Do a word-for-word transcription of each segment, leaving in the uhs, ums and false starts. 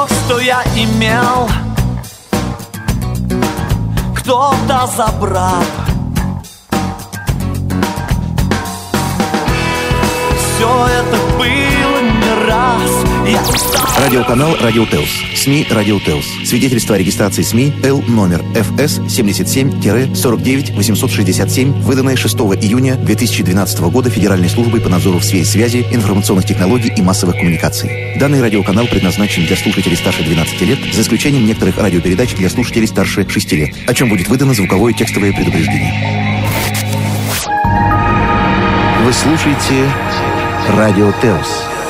Все, что я имел, кто-то забрал. Все это было не раз. Я устал. Радиоканал «Радио Телс». СМИ «Радио Телс». Свидетельство о регистрации СМИ Л номер эф эс семьдесят семь сорок девять восемьсот шестьдесят семь, выданное шестого июня две тысячи двенадцатого года Федеральной службой по надзору в сфере связи, информационных технологий и массовых коммуникаций. Данный радиоканал предназначен для слушателей старше двенадцати лет, за исключением некоторых радиопередач для слушателей старше шести лет, о чем будет выдано звуковое текстовое предупреждение. Вы слушаете «Радио Телс».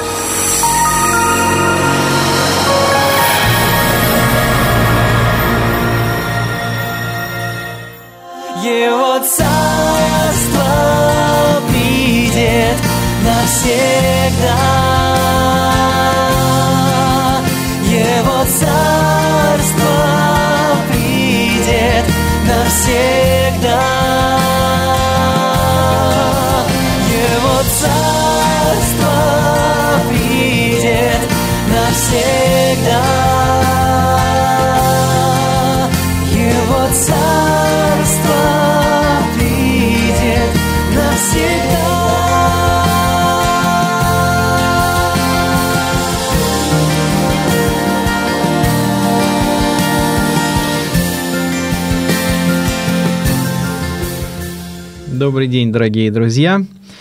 Его царство придет навсегда. Его царство придет навсегда. Его царство придет навсегда. Его царство придет навсегда. Добрый день, дорогие друзья.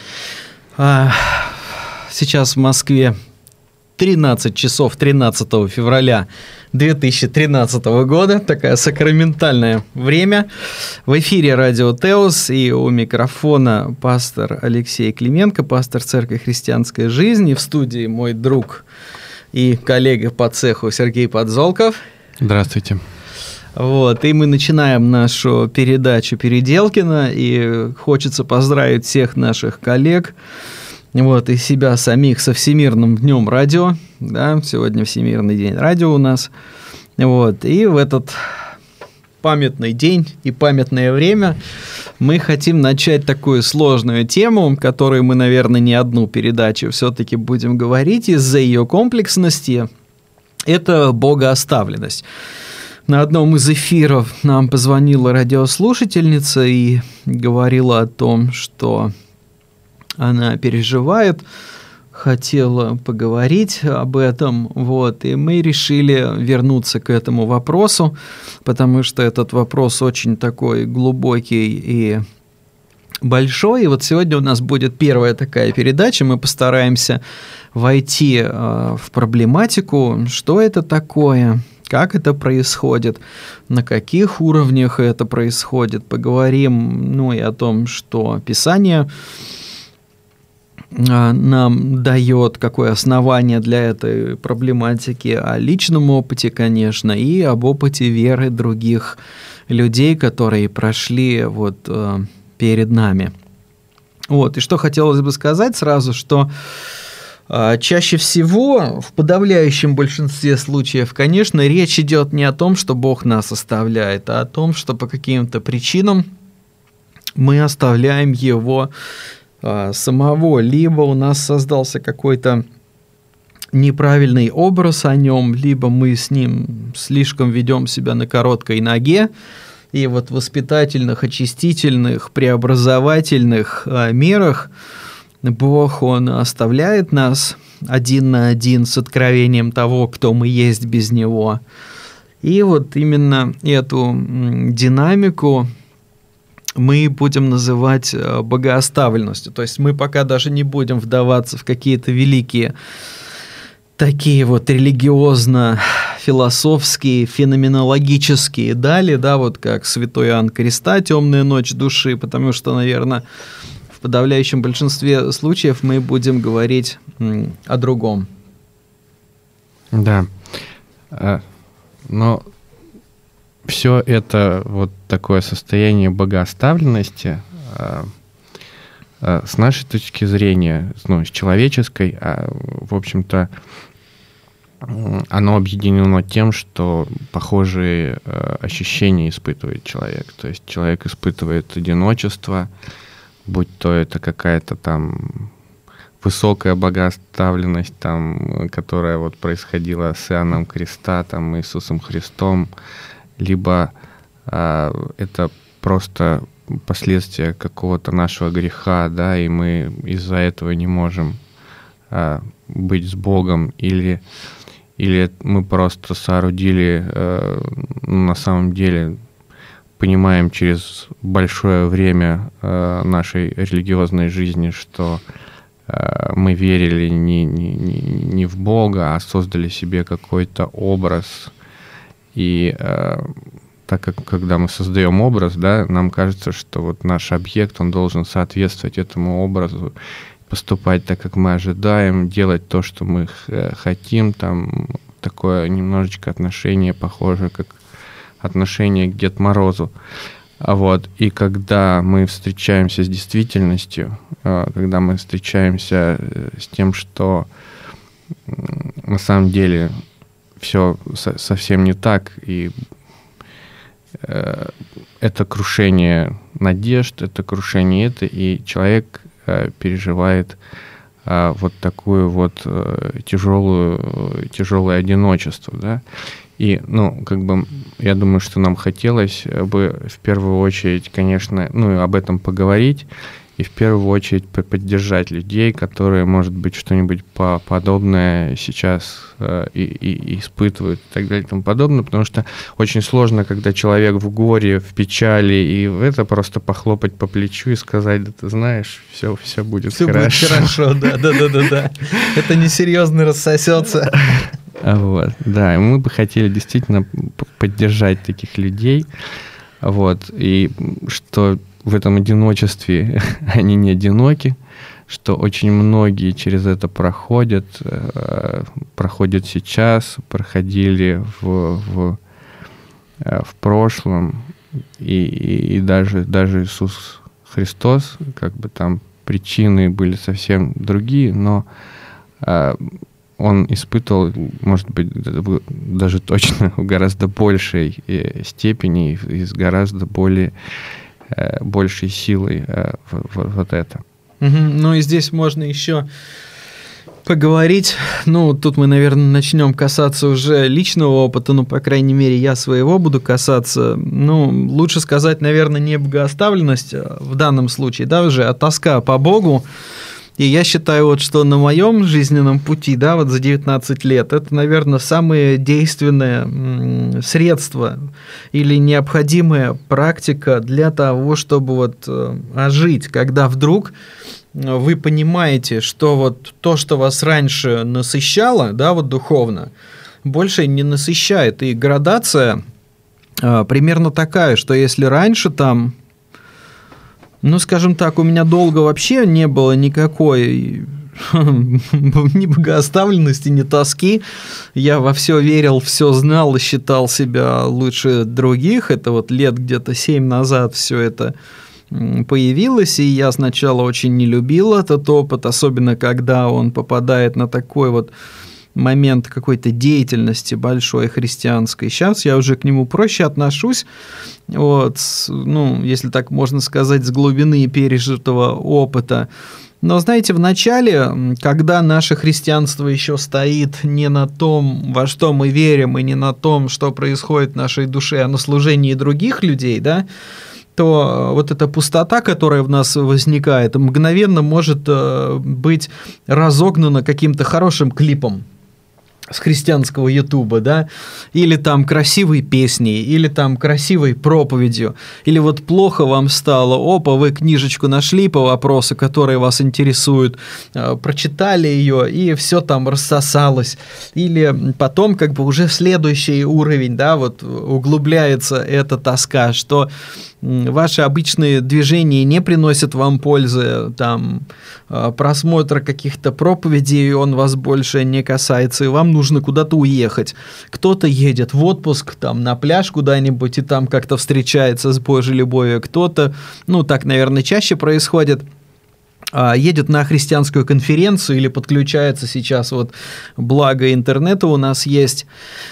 Сейчас в Москве тринадцать часов тринадцатого февраля две тысячи тринадцатого года. Такое сакраментальное время. В эфире Радио Теос, и у микрофона пастор Алексей Клименко, пастор Церкви Христианской Жизни. В студии мой друг и коллега по цеху Сергей Подзолков. Здравствуйте. Вот, и мы начинаем нашу передачу Переделкина, и хочется поздравить всех наших коллег, вот, и себя самих со Всемирным днем радио, да, сегодня Всемирный день радио у нас, вот, и в этот памятный день и памятное время мы хотим начать такую сложную тему, которую мы, наверное, не одну передачу все-таки будем говорить из-за ее комплексности, это богооставленность. На одном из эфиров нам позвонила радиослушательница и говорила о том, что она переживает, хотела поговорить об этом, вот, и мы решили вернуться к этому вопросу, потому что этот вопрос очень такой глубокий и большой, и вот сегодня у нас будет первая такая передача, мы постараемся войти э, в проблематику, что это такое, как это происходит, на каких уровнях это происходит. Поговорим, ну, и о том, что Писание нам дает, какое основание для этой проблематики, о личном опыте, конечно, и об опыте веры других людей, которые прошли вот перед нами. Вот, и что хотелось бы сказать сразу, что чаще всего, в подавляющем большинстве случаев, конечно, речь идет не о том, что Бог нас оставляет, а о том, что по каким-то причинам мы оставляем Его а, самого, либо у нас создался какой-то неправильный образ о Нем, либо мы с Ним слишком ведем себя на короткой ноге, и вот в воспитательных, очистительных, преобразовательных а, мерах Бог, Он оставляет нас один на один с откровением того, кто мы есть без Него. И вот именно эту динамику мы будем называть богооставленностью. То есть мы пока даже не будем вдаваться в какие-то великие такие вот религиозно-философские, феноменологические дали, да, вот как святой Иоанн Креста «Темная ночь души», потому что, наверное, в подавляющем большинстве случаев мы будем говорить м, о другом. Да. Но все это вот такое состояние богооставленности с нашей точки зрения, ну, с человеческой, в общем-то, оно объединено тем, что похожие ощущения испытывает человек. То есть человек испытывает одиночество, будь то это какая-то там высокая богоставленность, там, которая вот происходила с Иоанном Креста, там, Иисусом Христом, либо а, это просто последствия какого-то нашего греха, да, и мы из-за этого не можем а, быть с Богом, или, или мы просто соорудили, а, на самом деле, понимаем через большое время а, нашей религиозной жизни, что а, мы верили не, не, не, не в Бога, а создали себе какой-то образ, и а, так как когда мы создаем образ, да, нам кажется, что вот наш объект, он должен соответствовать этому образу, поступать так, как мы ожидаем, делать то, что мы хотим, там такое немножечко отношение похоже, как отношение к Деду Морозу. Вот. И когда мы встречаемся с действительностью, когда мы встречаемся с тем, что на самом деле все совсем не так, и это крушение надежд, это крушение это, и человек переживает вот такую вот тяжелую, тяжелое одиночество, да. И, ну, как бы, я думаю, что нам хотелось бы в первую очередь, конечно, ну, об этом поговорить, и в первую очередь поддержать людей, которые, может быть, что-нибудь подобное сейчас э, и, и испытывают и так далее и тому подобное, потому что очень сложно, когда человек в горе, в печали, и это просто похлопать по плечу и сказать, да ты знаешь, все, все будет все хорошо. Все будет хорошо, да, да, да, да, да. Это несерьезно рассосется. Вот, да, и мы бы хотели действительно поддержать таких людей, вот, и что в этом одиночестве они не одиноки, что очень многие через это проходят, проходят сейчас, проходили в, в, в прошлом, и, и, и даже, даже Иисус Христос, как бы там причины были совсем другие, но он испытывал, может быть, даже точно в гораздо большей степени и с гораздо более большей силой э, вот, вот это. Угу. Ну и здесь можно еще поговорить. Ну, тут мы, наверное, начнем касаться уже личного опыта, ну, по крайней мере, я своего буду касаться. Ну, лучше сказать, наверное, не богооставленность в данном случае, да, уже, а тоска по Богу. И я считаю, вот, что на моем жизненном пути, да, вот за девятнадцать лет, это, наверное, самое действенное средство или необходимая практика для того, чтобы вот ожить, когда вдруг вы понимаете, что вот то, что вас раньше насыщало, да, вот духовно, больше не насыщает. И градация а, примерно такая, что если раньше там, ну, скажем так, у меня долго вообще не было никакой ни богооставленности, ни тоски. Я во все верил, все знал и считал себя лучше других. Это вот лет где-то семь назад все это появилось, и я сначала очень не любил этот опыт, особенно когда он попадает на такой вот момент какой-то деятельности большой христианской. Сейчас я уже к нему проще отношусь, вот, ну, если так можно сказать, с глубины пережитого опыта. Но, знаете, в начале, когда наше христианство еще стоит не на том, во что мы верим, и не на том, что происходит в нашей душе, а на служении других людей, да, то вот эта пустота, которая в нас возникает, мгновенно может быть разогнана каким-то хорошим клипом с христианского ютуба, да, или там красивой песней, или там красивой проповедью, или вот плохо вам стало, опа, вы книжечку нашли по вопросу, которые вас интересуют, прочитали ее, и все там рассосалось, или потом как бы уже следующий уровень, да, вот углубляется эта тоска, что ваши обычные движения не приносят вам пользы, там, просмотра каких-то проповедей, он вас больше не касается, и вам нужно куда-то уехать. Кто-то едет в отпуск, там, на пляж куда-нибудь, и там как-то встречается с Божьей любовью, кто-то, ну, так, наверное, чаще происходит, едет на христианскую конференцию или подключается сейчас, вот, благо интернета у нас есть,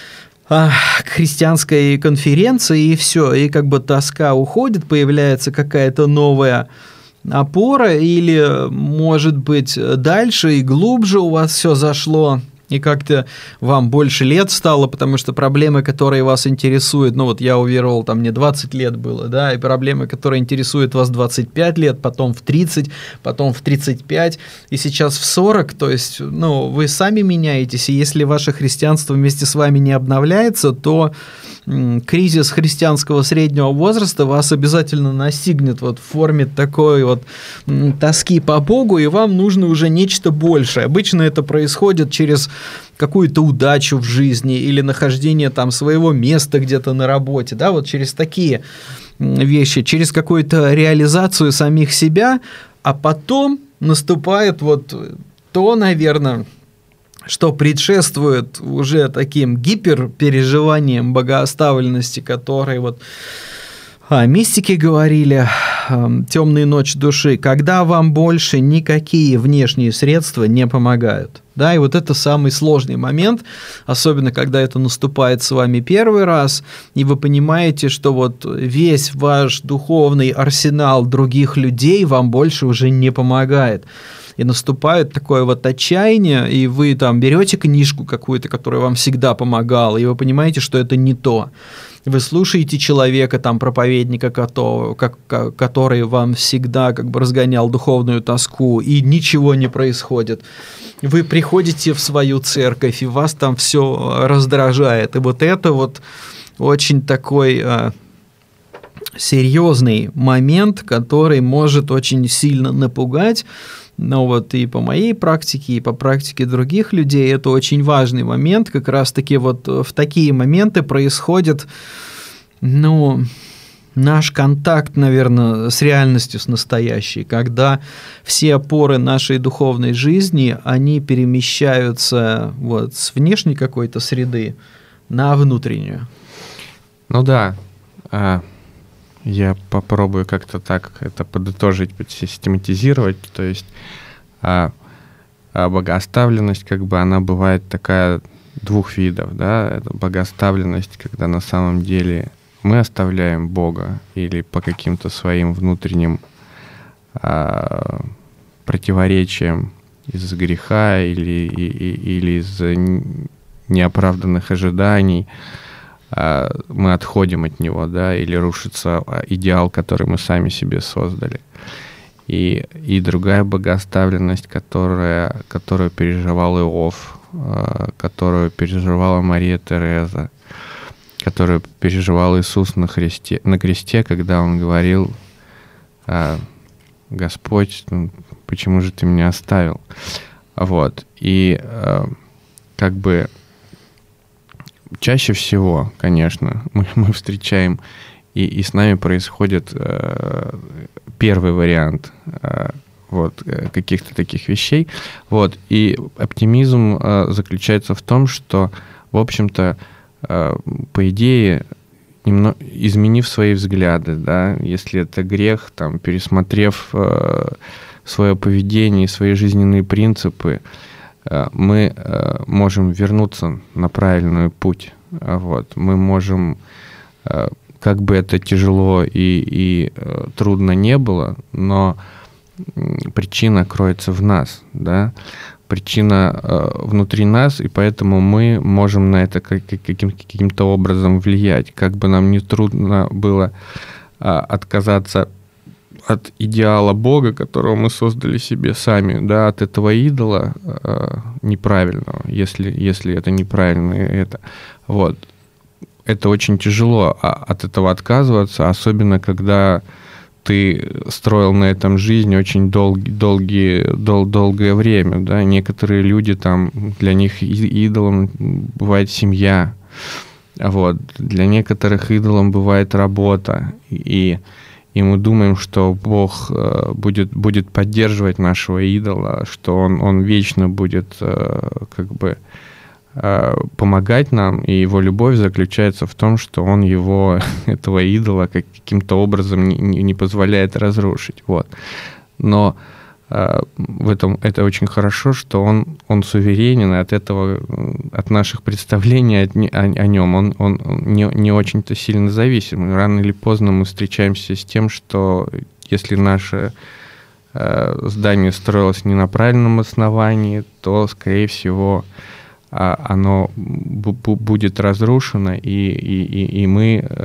к христианской конференции, и все, и как бы тоска уходит, появляется какая-то новая опора, или, может быть, дальше и глубже у вас все зашло, и как-то вам больше лет стало, потому что проблемы, которые вас интересуют, ну вот я уверовал, там мне двадцать лет было, да, и проблемы, которые интересуют вас двадцать пять лет, потом в тридцать, потом в тридцать пять, и сейчас в сорок, то есть, ну, вы сами меняетесь, и если ваше христианство вместе с вами не обновляется, то м, кризис христианского среднего возраста вас обязательно настигнет вот в форме такой вот м, тоски по Богу, и вам нужно уже нечто большее. Обычно это происходит через какую-то удачу в жизни или нахождение там своего места где-то на работе, да, вот через такие вещи, через какую-то реализацию самих себя, а потом наступает вот то, наверное, что предшествует уже таким гиперпереживаниям богооставленности, которые вот а, мистики говорили, темные ночи души, когда вам больше никакие внешние средства не помогают. Да, и вот это самый сложный момент, особенно когда это наступает с вами первый раз, и вы понимаете, что вот весь ваш духовный арсенал других людей вам больше уже не помогает. И наступает такое вот отчаяние, и вы там берете книжку какую-то, которая вам всегда помогала, и вы понимаете, что это не то. Вы слушаете человека, там, проповедника, который вам всегда как бы разгонял духовную тоску, и ничего не происходит. Вы приходите в свою церковь, и вас там все раздражает. И вот это вот очень такой а, серьезный момент, который может очень сильно напугать. Но вот и по моей практике, и по практике других людей это очень важный момент. Как раз-таки вот в такие моменты происходит, ну, наш контакт, наверное, с реальностью, с настоящей, когда все опоры нашей духовной жизни, они перемещаются вот с внешней какой-то среды на внутреннюю. Ну да, я попробую как-то так это подытожить, систематизировать. То есть а, а богооставленность, как бы она бывает такая двух видов, да, это богооставленность, когда на самом деле мы оставляем Бога или по каким-то своим внутренним а, противоречиям из-за греха или, и, и, или из-за неоправданных ожиданий, мы отходим от него, да, или рушится идеал, который мы сами себе создали. И, и другая богооставленность, которая, которую переживал Иов, которую переживала Мария Тереза, которую переживал Иисус на, христе, на кресте, когда Он говорил: «Господь, почему же Ты меня оставил?» Вот. И как бы чаще всего, конечно, мы, мы встречаем, и, и с нами происходит э, первый вариант э, вот, каких-то таких вещей. Вот, и оптимизм э, заключается в том, что, в общем-то, э, по идее, немного, изменив свои взгляды, да, если это грех, там, пересмотрев э, свое поведение, свои жизненные принципы, мы можем вернуться на правильный путь. Вот. Мы можем, как бы это тяжело и, и трудно не было, но причина кроется в нас, да? Причина внутри нас, и поэтому мы можем на это каким- каким-то образом влиять. Как бы нам не трудно было отказаться от идеала Бога, которого мы создали себе сами, да, от этого идола э, неправильного, если, если это неправильно, это, вот, это очень тяжело а, от этого отказываться, особенно когда ты строил на этом жизнь очень долгие, долгие, дол, долгое время, да, некоторые люди там, для них идолом бывает семья, вот, для некоторых идолом бывает работа, и И мы думаем, что Бог будет, будет поддерживать нашего идола, что Он, он вечно будет как бы помогать нам, и Его любовь заключается в том, что Он его, этого идола, каким-то образом не, не позволяет разрушить. Вот. Но в этом это очень хорошо, что Он, он суверенен, и от этого, от наших представлений о, о, о Нем он, он не, не очень-то сильно зависим. Рано или поздно мы встречаемся с тем, что если наше э, здание строилось не на правильном основании, то, скорее всего, э, оно б- б- будет разрушено, и, и, и, и мы э,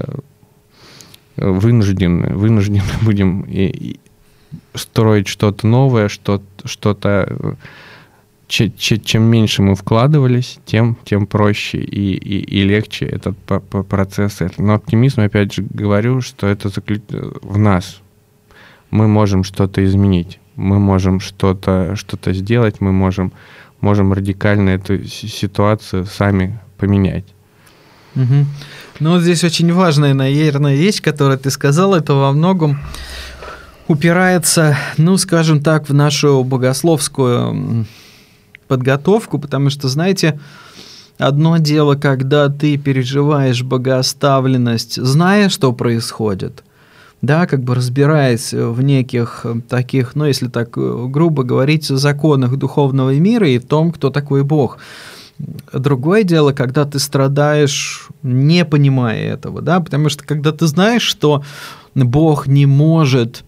вынуждены, вынуждены будем и, и строить что-то новое, что, что-то... Ч- ч- чем меньше мы вкладывались, тем, тем проще и, и, и легче этот п- п- процесс. Но оптимизм, опять же, говорю, что это заклю... в нас. Мы можем что-то изменить, мы можем что-то, что-то сделать, мы можем, можем радикально эту ситуацию сами поменять. Угу. Ну, вот здесь очень важная, наверное, вещь, которую ты сказал, это во многом упирается, ну, скажем так, в нашу богословскую подготовку, потому что, знаете, одно дело, когда ты переживаешь богооставленность, зная, что происходит, да, как бы разбираясь в неких таких, ну, если так грубо говорить, законах духовного мира и в том, кто такой Бог. Другое дело, когда ты страдаешь, не понимая этого, да, потому что когда ты знаешь, что Бог не может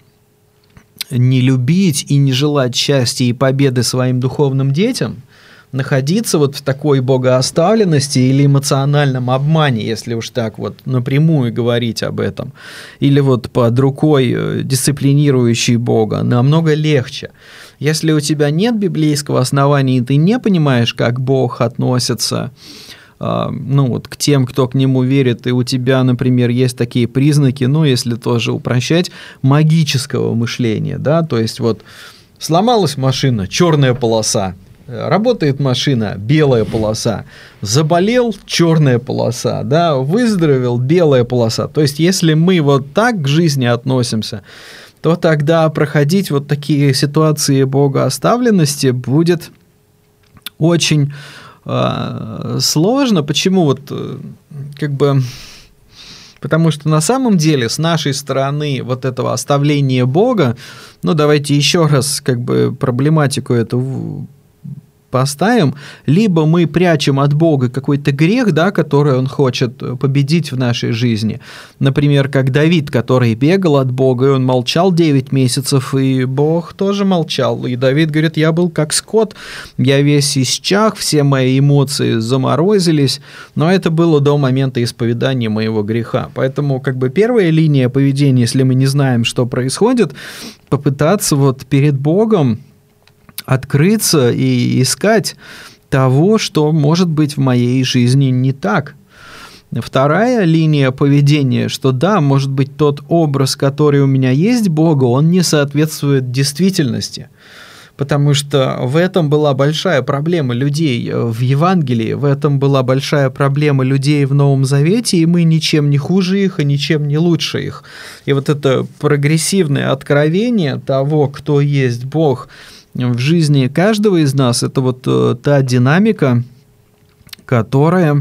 не любить и не желать счастья и победы своим духовным детям, находиться вот в такой богооставленности или эмоциональном обмане, если уж так вот напрямую говорить об этом, или вот под рукой дисциплинирующей Бога, намного легче. Если у тебя нет библейского основания, и ты не понимаешь, как Бог относится, ну, вот, к тем, кто к Нему верит, и у тебя, например, есть такие признаки, ну, если тоже упрощать, магического мышления, да, то есть вот сломалась машина, черная полоса, работает машина, белая полоса, заболел, черная полоса, да, выздоровел, белая полоса, то есть если мы вот так к жизни относимся, то тогда проходить вот такие ситуации богооставленности будет очень сложно. Почему? Вот как бы... Потому что на самом деле с нашей стороны вот этого оставления Бога, ну давайте еще раз как бы проблематику эту поставим, либо мы прячем от Бога какой-то грех, да, который Он хочет победить в нашей жизни. Например, как Давид, который бегал от Бога, и он молчал девять месяцев, и Бог тоже молчал. И Давид говорит, я был как скот, я весь исчах, все мои эмоции заморозились, но это было до момента исповедания моего греха. Поэтому как бы первая линия поведения, если мы не знаем, что происходит, попытаться вот перед Богом открыться и искать того, что может быть в моей жизни не так. Вторая линия поведения, что да, может быть, тот образ, который у меня есть Бога, он не соответствует действительности. Потому что в этом была большая проблема людей в Евангелии, в этом была большая проблема людей в Новом Завете, и мы ничем не хуже их и ничем не лучше их. И вот это прогрессивное откровение того, кто есть Бог, в жизни каждого из нас, это вот та динамика, которая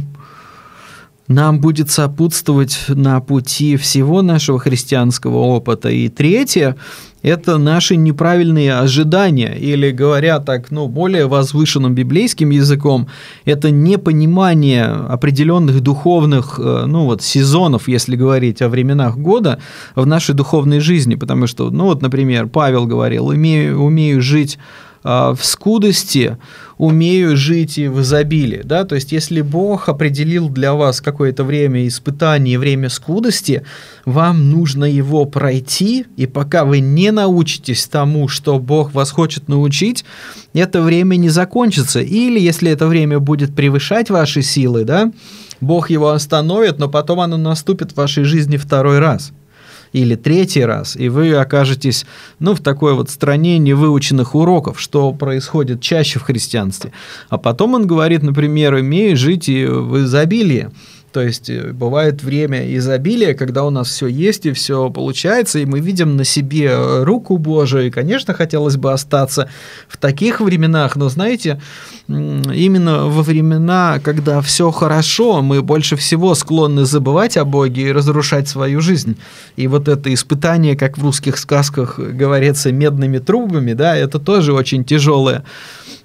нам будет сопутствовать на пути всего нашего христианского опыта. И третье – это наши неправильные ожидания, или, говоря так, ну, более возвышенным библейским языком, это непонимание определенных духовных, ну, вот, сезонов, если говорить о временах года в нашей духовной жизни, потому что, ну, вот, например, Павел говорил, умею, умею жить в скудости, умею жить и в изобилии, да, то есть если Бог определил для вас какое-то время испытаний, время скудости, вам нужно его пройти, и пока вы не научитесь тому, что Бог вас хочет научить, это время не закончится, или если это время будет превышать ваши силы, да, Бог его остановит, но потом оно наступит в вашей жизни второй раз. Или третий раз, и вы окажетесь, ну, в такой вот стране невыученных уроков, что происходит чаще в христианстве. А потом он говорит, например, «имею жить и в изобилии». То есть бывает время изобилия, когда у нас все есть и все получается, и мы видим на себе руку Божию, и, конечно, хотелось бы остаться в таких временах, но, знаете, именно во времена, когда все хорошо, мы больше всего склонны забывать о Боге и разрушать свою жизнь. И вот это испытание, как в русских сказках говорится, медными трубами, да, это тоже очень тяжелое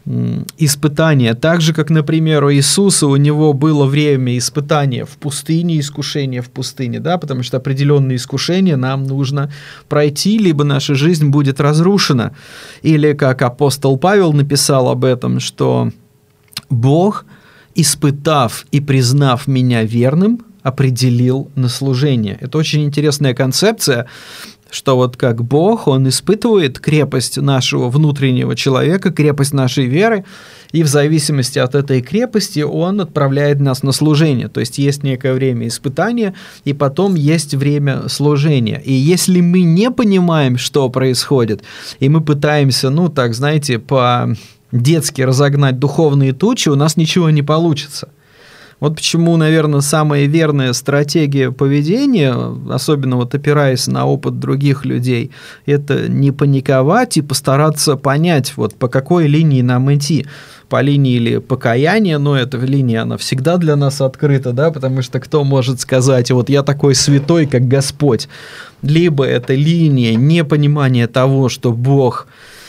испытания. Так же, как, например, у Иисуса, у него было время испытания в пустыне, искушения в пустыне, да, потому что определенные искушения нам нужно пройти, либо наша жизнь будет разрушена. Или, как апостол Павел написал об этом, что Бог, испытав и признав меня верным, определил на служение. Это очень интересная концепция, что вот как Бог, Он испытывает крепость нашего внутреннего человека, крепость нашей веры, и в зависимости от этой крепости Он отправляет нас на служение. То есть есть некое время испытания, и потом есть время служения. И если мы не понимаем, что происходит, и мы пытаемся, ну так, знаете, по-детски разогнать духовные тучи, у нас ничего не получится. Вот почему, наверное, самая верная стратегия поведения, особенно вот опираясь на опыт других людей, это не паниковать и постараться понять, вот по какой линии нам идти. По линии или покаяния, но эта линия, она всегда для нас открыта, да, потому что кто может сказать, вот я такой святой, как Господь. Либо это линия непонимания того, что Бог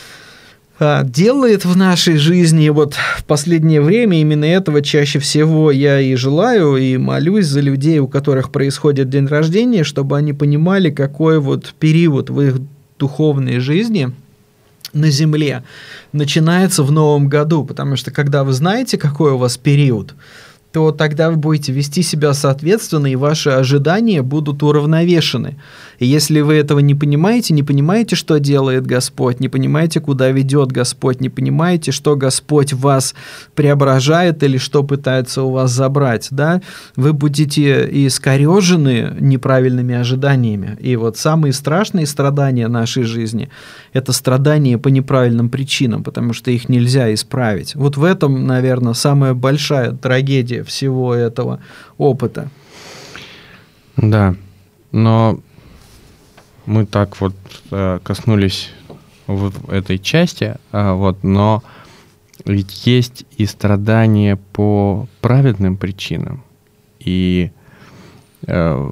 делает в нашей жизни. И вот в последнее время именно этого чаще всего я и желаю, и молюсь за людей, у которых происходит день рождения, чтобы они понимали, какой вот период в их духовной жизни на земле начинается в новом году, потому что когда вы знаете, какой у вас период, то тогда вы будете вести себя соответственно, и ваши ожидания будут уравновешены. И если вы этого не понимаете, не понимаете, что делает Господь, не понимаете, куда ведет Господь, не понимаете, что Господь вас преображает или что пытается у вас забрать, да, вы будете искорежены неправильными ожиданиями. И вот самые страшные страдания нашей жизни – это страдания по неправильным причинам, потому что их нельзя исправить. Вот в этом, наверное, самая большая трагедия всего этого опыта. Да, но мы так вот э, коснулись вот этой части, э, вот, но ведь есть и страдания по праведным причинам, и э,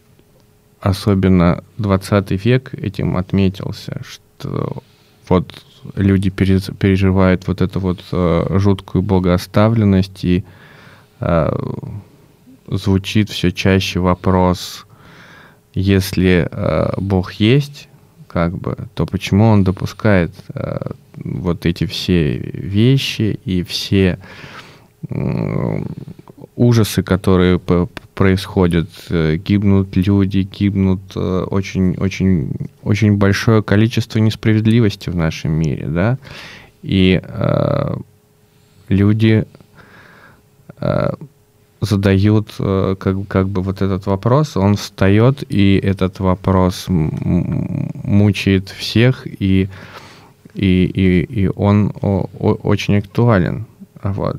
особенно двадцатый век этим отметился, что вот люди переживают вот эту вот э, жуткую богооставленность, и э, звучит все чаще вопрос: если э, Бог есть, как бы, то почему Он допускает э, вот эти все вещи и все э, ужасы, которые п- происходят, э, гибнут люди, гибнут э, очень, очень, очень большое количество несправедливости в нашем мире, да, и э, люди э, задают э, как, как бы вот этот вопрос, он встает, и этот вопрос м- мучает всех, и, и, и, и он о, о, очень актуален. Вот.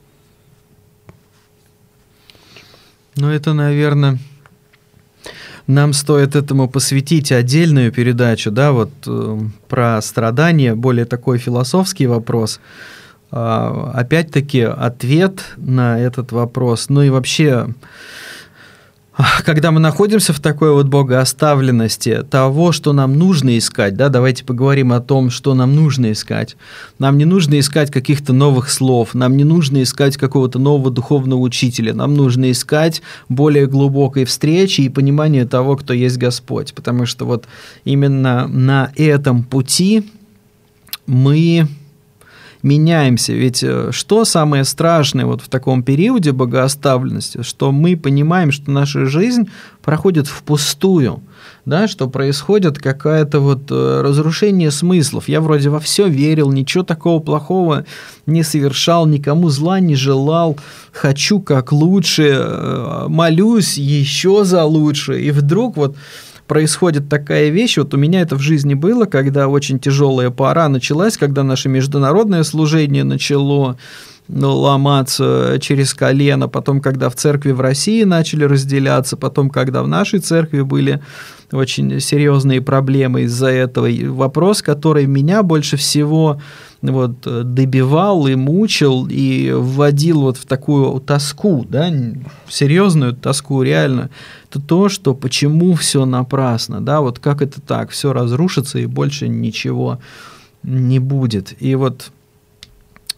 Ну, это, наверное, нам стоит этому посвятить отдельную передачу, да, вот э, про страдания, более такой философский вопрос. Uh, опять-таки, ответ на этот вопрос, ну и вообще, когда мы находимся в такой вот богооставленности того, что нам нужно искать, да, давайте поговорим о том, что нам нужно искать. Нам не нужно искать каких-то новых слов, нам не нужно искать какого-то нового духовного учителя, нам нужно искать более глубокой встречи и понимания того, кто есть Господь, потому что вот именно на этом пути мы меняемся. Ведь что самое страшное вот в таком периоде богооставленности, что мы понимаем, что наша жизнь проходит впустую, да, что происходит какое-то вот разрушение смыслов. Я вроде во все верил, ничего такого плохого не совершал, никому зла не желал, хочу как лучше, молюсь еще за лучше, и вдруг вот происходит такая вещь, вот у меня это в жизни было, когда очень тяжелая пора началась, когда наше международное служение начало ломаться через колено, потом, когда в церкви в России начали разделяться, потом, когда в нашей церкви были очень серьезные проблемы из-за этого. И вопрос, который меня больше всего вот, добивал и мучил, и вводил вот в такую тоску, да, серьезную тоску, реально, это то, что почему все напрасно, да, вот как это так, все разрушится и больше ничего не будет. И вот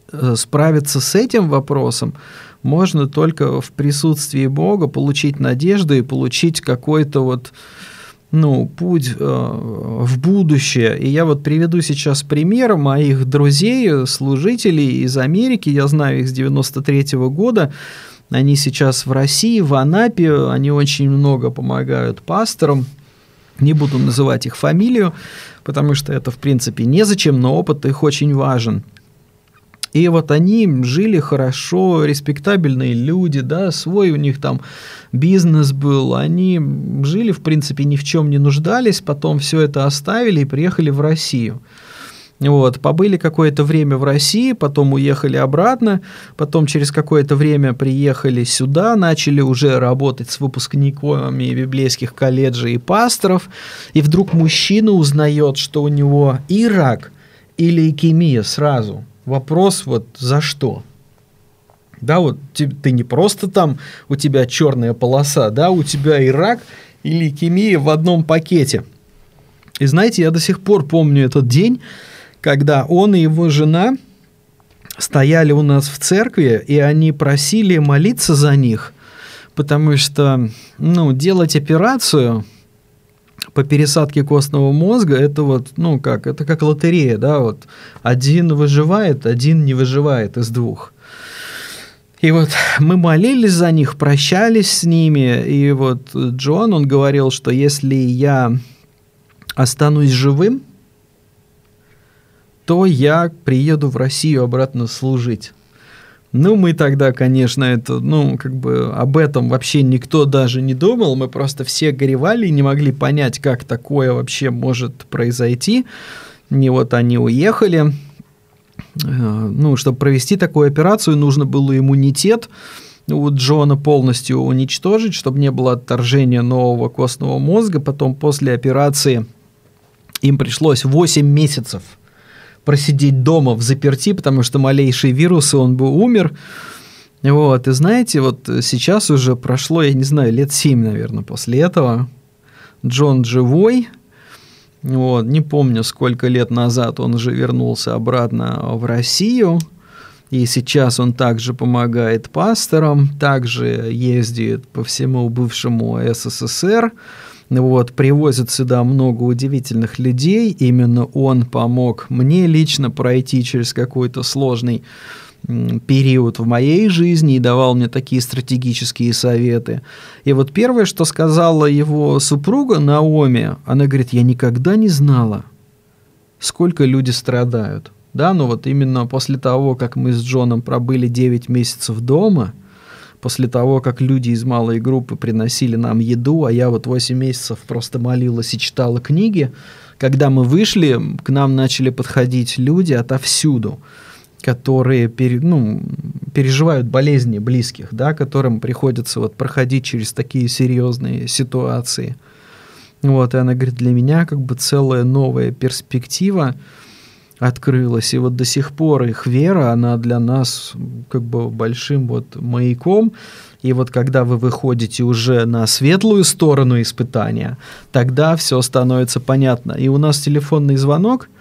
справиться с этим вопросом можно только в присутствии Бога, получить надежду и получить какой-то вот, ну, путь э, в будущее. И я вот приведу сейчас пример моих друзей, служителей из Америки, я знаю их с девяносто третьего года, они сейчас в России, в Анапе, они очень много помогают пасторам, не буду называть их фамилию, потому что это, в принципе, незачем, но опыт их очень важен. И вот они жили хорошо, респектабельные люди, да, свой у них там бизнес был, они жили, в принципе, ни в чем не нуждались, потом все это оставили и приехали в Россию. Вот, побыли какое-то время в России, потом уехали обратно, потом через какое-то время приехали сюда, начали уже работать с выпускниками библейских колледжей и пасторов, и вдруг мужчина узнает, что у него и рак, и лейкемия сразу. Вопрос вот за что? Да, вот ты не просто там, у тебя черная полоса, да, у тебя и рак, и лейкемия в одном пакете. И знаете, я до сих пор помню этот день, когда он и его жена стояли у нас в церкви, и они просили молиться за них, потому что, ну, делать операцию по пересадке костного мозга, это вот, ну как, это как лотерея, да, вот один выживает, один не выживает из двух. И вот мы молились за них, прощались с ними, и вот Джон, он говорил, что если я останусь живым, то я приеду в Россию обратно служить. Ну, мы тогда, конечно, это, ну, как бы об этом вообще никто даже не думал, мы просто все горевали и не могли понять, как такое вообще может произойти. И вот они уехали. Ну, чтобы провести такую операцию, нужно было иммунитет у Джона полностью уничтожить, чтобы не было отторжения нового костного мозга. Потом после операции им пришлось восемь месяцев просидеть дома в заперти, потому что малейший вирус, и он бы умер. Вот, и знаете, вот сейчас уже прошло, я не знаю, лет семь, наверное, после этого. Джон живой. Вот, не помню, сколько лет назад он уже вернулся обратно в Россию. И сейчас он также помогает пасторам, также ездит по всему бывшему СССР. Вот, привозят сюда много удивительных людей. Именно он помог мне лично пройти через какой-то сложный период в моей жизни и давал мне такие стратегические советы. И вот первое, что сказала его супруга Наоми, она говорит, я никогда не знала, сколько люди страдают. Да, но вот именно после того, как мы с Джоном пробыли девять месяцев дома, после того, как люди из малой группы приносили нам еду, а я вот восемь месяцев просто молилась и читала книги, когда мы вышли, к нам начали подходить люди отовсюду, которые пере, ну, переживают болезни близких, да, которым приходится вот проходить через такие серьезные ситуации. Вот, и она говорит, для меня как бы целая новая перспектива открылась, и вот до сих пор их вера, она для нас как бы большим вот маяком, и вот когда вы выходите уже на светлую сторону испытания, тогда все становится понятно. И у нас телефонный звонок,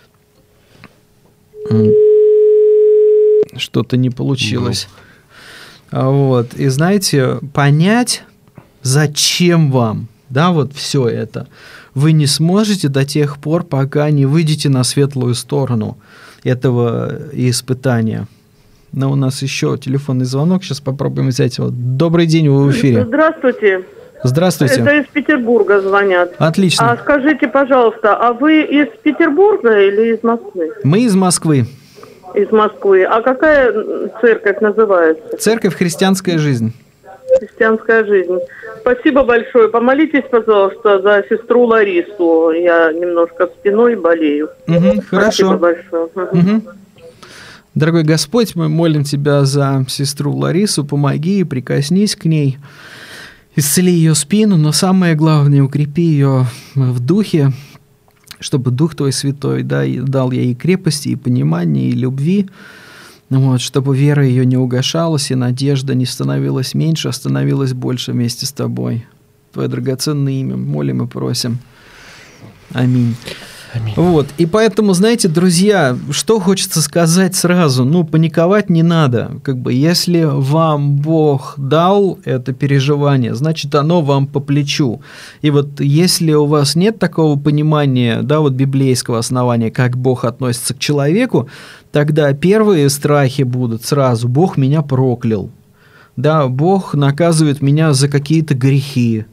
что-то не получилось. Вот, и знаете, понять, зачем вам, да, вот все это, вы не сможете до тех пор, пока не выйдете на светлую сторону этого испытания. Но у нас еще телефонный звонок, сейчас попробуем взять его. Добрый день, вы в эфире. Здравствуйте. Здравствуйте. Это из Петербурга звонят. Отлично. А скажите, пожалуйста, а вы из Петербурга или из Москвы? Мы из Москвы. Из Москвы. А какая церковь называется? Церковь «Христианская жизнь». Христианская жизнь. Спасибо большое. Помолитесь, пожалуйста, за сестру Ларису. Я немножко спиной болею. Угу, хорошо. Спасибо большое. Угу. Дорогой Господь, мы молим Тебя за сестру Ларису. Помоги и прикоснись к ней. Исцели ее спину, но самое главное, укрепи ее в духе, чтобы Дух Твой Святой, да, дал ей и крепости, и понимания, и любви. Вот, чтобы вера ее не угошалась, и надежда не становилась меньше, а становилась больше вместе с Тобой. Твое драгоценное имя молим и просим. Аминь. Аминь. Вот, и поэтому, знаете, друзья, что хочется сказать сразу, ну, паниковать не надо, как бы, если вам Бог дал это переживание, значит, оно вам по плечу, и вот если у вас нет такого понимания, да, вот библейского основания, как Бог относится к человеку, тогда первые страхи будут сразу: Бог меня проклял, да, Бог наказывает меня за какие-то грехи,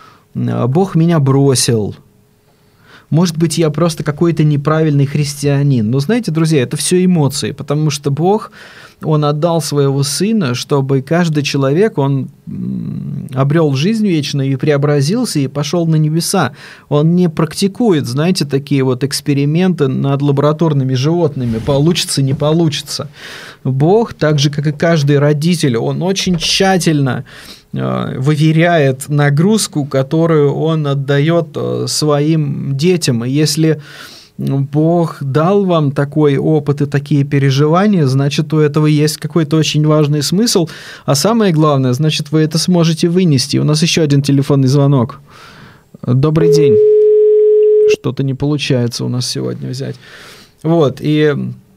Бог меня бросил. Может быть, я просто какой-то неправильный христианин. Но знаете, друзья, это все эмоции, потому что Бог, Он отдал Своего Сына, чтобы каждый человек, он обрел жизнь вечную и преобразился, и пошел на небеса. Он не практикует, знаете, такие вот эксперименты над лабораторными животными, получится, не получится. Бог, так же, как и каждый родитель, Он очень тщательно выверяет нагрузку, которую он отдает своим детям. И если Бог дал вам такой опыт и такие переживания, значит, у этого есть какой-то очень важный смысл. А самое главное, значит, вы это сможете вынести. У нас еще один телефонный звонок. Добрый день. Что-то не получается у нас сегодня взять. Вот, и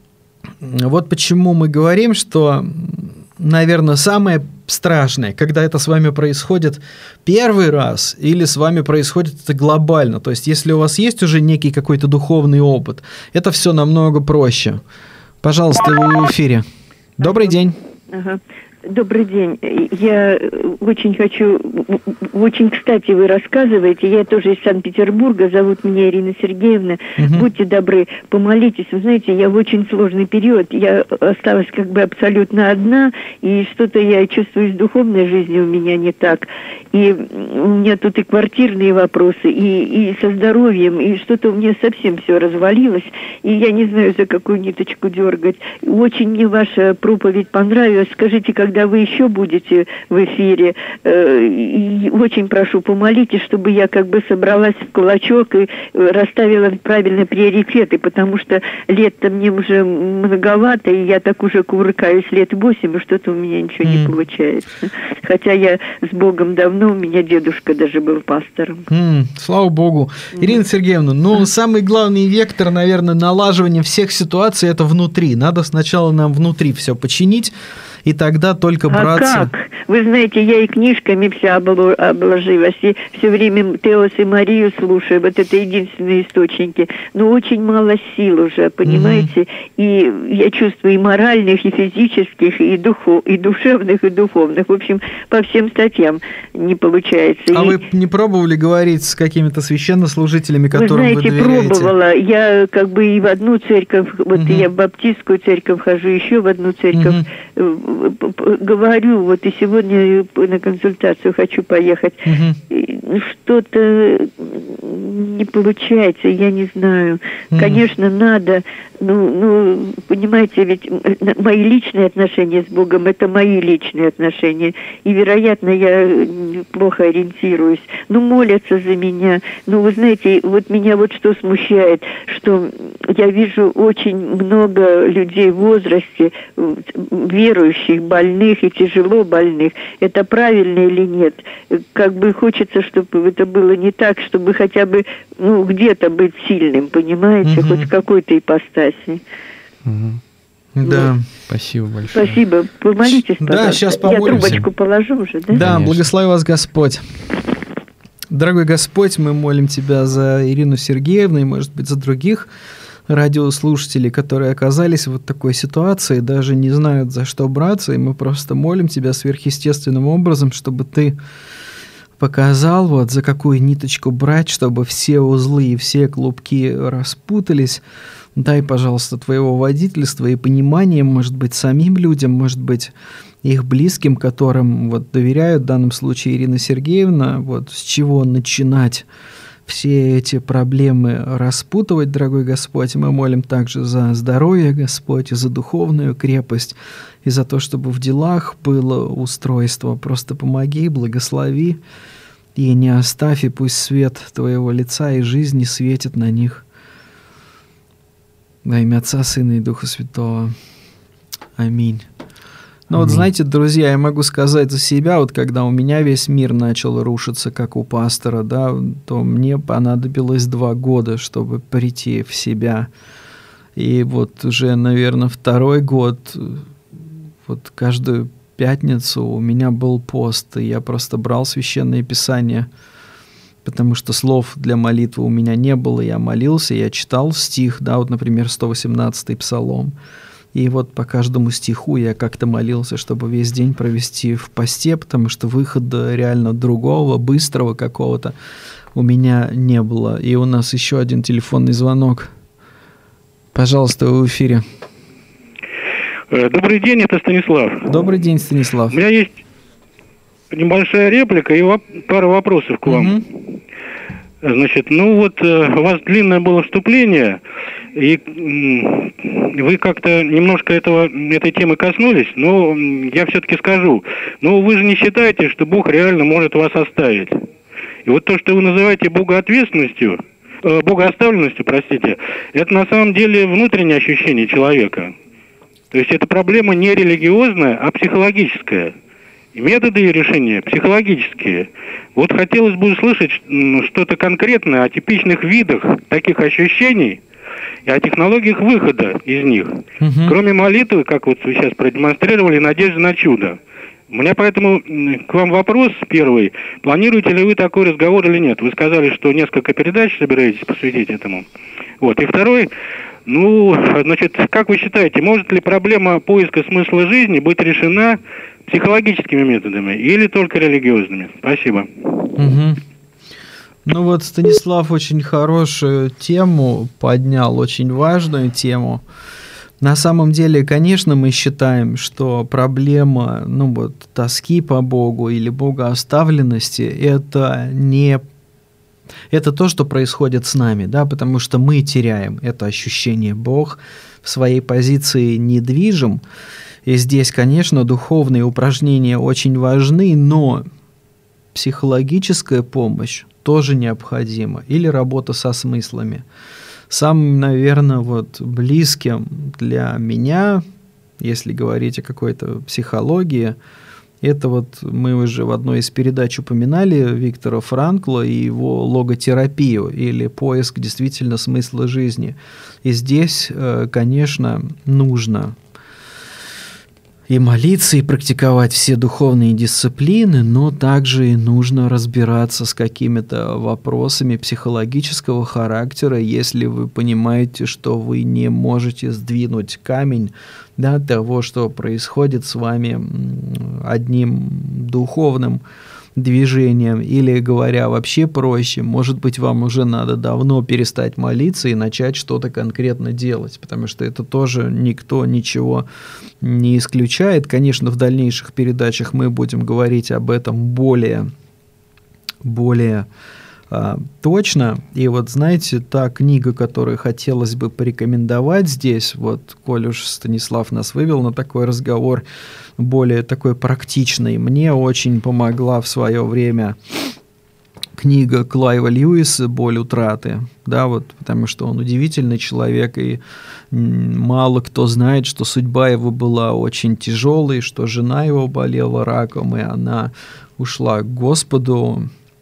вот почему мы говорим, что, наверное, самое страшное, когда это с вами происходит первый раз или с вами происходит это глобально. То есть, если у вас есть уже некий какой-то духовный опыт, это все намного проще. Пожалуйста, вы в эфире. Добрый день. Ага. Добрый день. Я очень хочу... Очень кстати вы рассказываете. Я тоже из Санкт-Петербурга. Зовут меня Ирина Сергеевна. Угу. Будьте добры, помолитесь. Вы знаете, я в очень сложный период. Я осталась как бы абсолютно одна. И что-то я чувствую с духовной жизнью у меня не так. И у меня тут и квартирные вопросы, и, и со здоровьем. И что-то у меня совсем все развалилось. И я не знаю, за какую ниточку дергать. Очень мне ваша проповедь понравилась. Скажите, когда Когда вы еще будете в эфире, э, и очень прошу, помолитесь, чтобы я как бы собралась в кулачок и расставила правильно приоритеты, потому что лет-то мне уже многовато, и я так уже кувыркаюсь лет восемь, и что-то у меня ничего mm. не получается. Хотя я с Богом давно, у меня дедушка даже был пастором. Mm, слава Богу. Mm. Ирина Сергеевна, ну, mm. самый главный вектор, наверное, налаживания всех ситуаций – это внутри. Надо сначала нам внутри все починить, и тогда только браться... А как? Вы знаете, я и книжками вся обложилась, и все время Теос и Марию слушаю, вот это единственные источники. Но очень мало сил уже, понимаете? Mm-hmm. И я чувствую и моральных, и физических, и, духов, и душевных, и духовных. В общем, по всем статьям не получается. А и... вы не пробовали говорить с какими-то священнослужителями, которым вы доверяете? Вы знаете, пробовала. Я как бы и в одну церковь, вот mm-hmm. я в баптистскую церковь хожу, еще в одну церковь, mm-hmm. говорю, вот и сегодня на консультацию хочу поехать. Угу. Что-то не получается, я не знаю. Угу. Конечно, надо, ну, ну, понимаете, ведь мои личные отношения с Богом, это мои личные отношения. И, вероятно, я плохо ориентируюсь. Ну, молятся за меня. Ну, вы знаете, вот меня вот что смущает, что я вижу очень много людей в возрасте, верующих, больных и тяжело больных. Это правильно или нет? Как бы хочется, чтобы это было не так, чтобы хотя бы, ну, где-то быть сильным, понимаете, угу. хоть в какой-то ипостаси. Угу. Да. Вот. Спасибо большое. Спасибо. Помолитесь, пожалуйста. Да, сейчас помолимся. Я трубочку положу уже, да? Да, конечно. Благослови вас Господь. Дорогой Господь, мы молим Тебя за Ирину Сергеевну и, может быть, за других радиослушателей, которые оказались в вот такой ситуации, даже не знают, за что браться, и мы просто молим Тебя сверхъестественным образом, чтобы Ты показал, вот за какую ниточку брать, чтобы все узлы и все клубки распутались. Дай, пожалуйста, Твоего водительства и понимания, может быть, самим людям, может быть, их близким, которым вот доверяют, в данном случае Ирина Сергеевна, вот с чего начинать все эти проблемы распутывать, дорогой Господь. Мы молим также за здоровье, Господь, и за духовную крепость, и за то, чтобы в делах было устройство. Просто помоги, благослови, и не оставь, и пусть свет Твоего лица и жизни светит на них. Во имя Отца, Сына и Духа Святого. Аминь. Ну вот, знаете, друзья, я могу сказать за себя, вот когда у меня весь мир начал рушиться, как у пастора, да, то мне понадобилось два года, чтобы прийти в себя. И вот уже, наверное, второй год, вот каждую пятницу у меня был пост, и я просто брал Священное Писание, потому что слов для молитвы у меня не было, я молился, я читал стих, да, вот, например, сто восемнадцатый Псалом. И вот по каждому стиху я как-то молился, чтобы весь день провести в посте, потому что выхода реально другого, быстрого какого-то у меня не было. И у нас еще один телефонный звонок. Пожалуйста, вы в эфире. Добрый день, это Станислав. Добрый день, Станислав. У меня есть небольшая реплика и пара вопросов к вам. Угу. Значит, ну вот у вас длинное было вступление, и вы как-то немножко этого, этой темы коснулись, но я все-таки скажу, но вы же не считаете, что Бог реально может вас оставить. И вот то, что вы называете богоответственностью, э, богооставленностью, простите, это на самом деле внутреннее ощущение человека. То есть это проблема не религиозная, а психологическая. И методы ее решения психологические. Вот хотелось бы услышать что-то конкретное о типичных видах таких ощущений и о технологиях выхода из них. Угу. Кроме молитвы, как вот вы сейчас продемонстрировали, надежды на чудо. У меня поэтому к вам вопрос первый. Планируете ли вы такой разговор или нет? Вы сказали, что несколько передач собираетесь посвятить этому. Вот. И второй, ну, значит, как вы считаете, может ли проблема поиска смысла жизни быть решена психологическими методами или только религиозными? Спасибо. Угу. Ну вот Станислав очень хорошую тему поднял, очень важную тему. На самом деле, конечно, мы считаем, что проблема, ну вот, тоски по Богу или богооставленности – это не это то, что происходит с нами, да, потому что мы теряем это ощущение. Бог в своей позиции недвижим. И здесь, конечно, духовные упражнения очень важны, но психологическая помощь тоже необходима. Или работа со смыслами. Самым, наверное, вот близким для меня, если говорить о какой-то психологии, это вот мы уже в одной из передач упоминали Виктора Франкла и его логотерапию или поиск действительно смысла жизни. И здесь, конечно, нужно и молиться, и практиковать все духовные дисциплины, но также и нужно разбираться с какими-то вопросами психологического характера, если вы понимаете, что вы не можете сдвинуть камень, да, того, что происходит с вами одним духовным движением, или, говоря вообще проще, может быть, вам уже надо давно перестать молиться и начать что-то конкретно делать, потому что это тоже никто ничего не исключает. Конечно, в дальнейших передачах мы будем говорить об этом более, более а, точно. И вот, знаете, та книга, которую хотелось бы порекомендовать здесь, вот, коль уж Станислав нас вывел на такой разговор, более такой практичный, мне очень помогла в свое время книга Клайва Льюиса «Боль утраты», да, вот, потому что он удивительный человек, и мало кто знает, что судьба его была очень тяжелой, что жена его болела раком, и она ушла к Господу